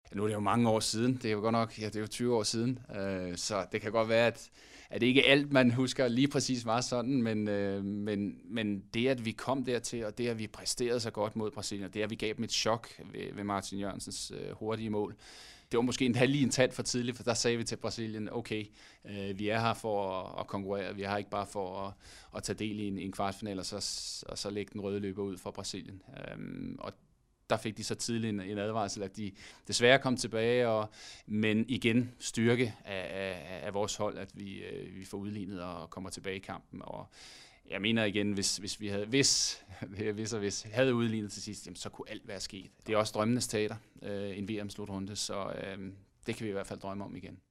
Nu er det jo mange år siden, det er jo godt nok, ja, det er jo 20 år siden, så det kan godt være, at ikke alt, man husker lige præcis var sådan, men det, at vi kom dertil, og det, at vi præsterede så godt mod Brasilien, og det, at vi gav dem et chok ved Martin Jørgensens hurtige mål, det var måske lige en tand for tidligt, for der sagde vi til Brasilien, okay, vi er her for at konkurrere, vi er her ikke bare for at tage del i en kvartfinal, og så lægge den røde løber ud for Brasilien. Og der fik de så tidligt en advarsel, at de desværre kom tilbage, men igen styrke af vores hold, at vi får udlignet og kommer tilbage i kampen. Og jeg mener igen, hvis vi havde udlignet til sidst, jamen, så kunne alt være sket. Det er også drømmenes teater, en VM-slutrunde, så det kan vi i hvert fald drømme om igen.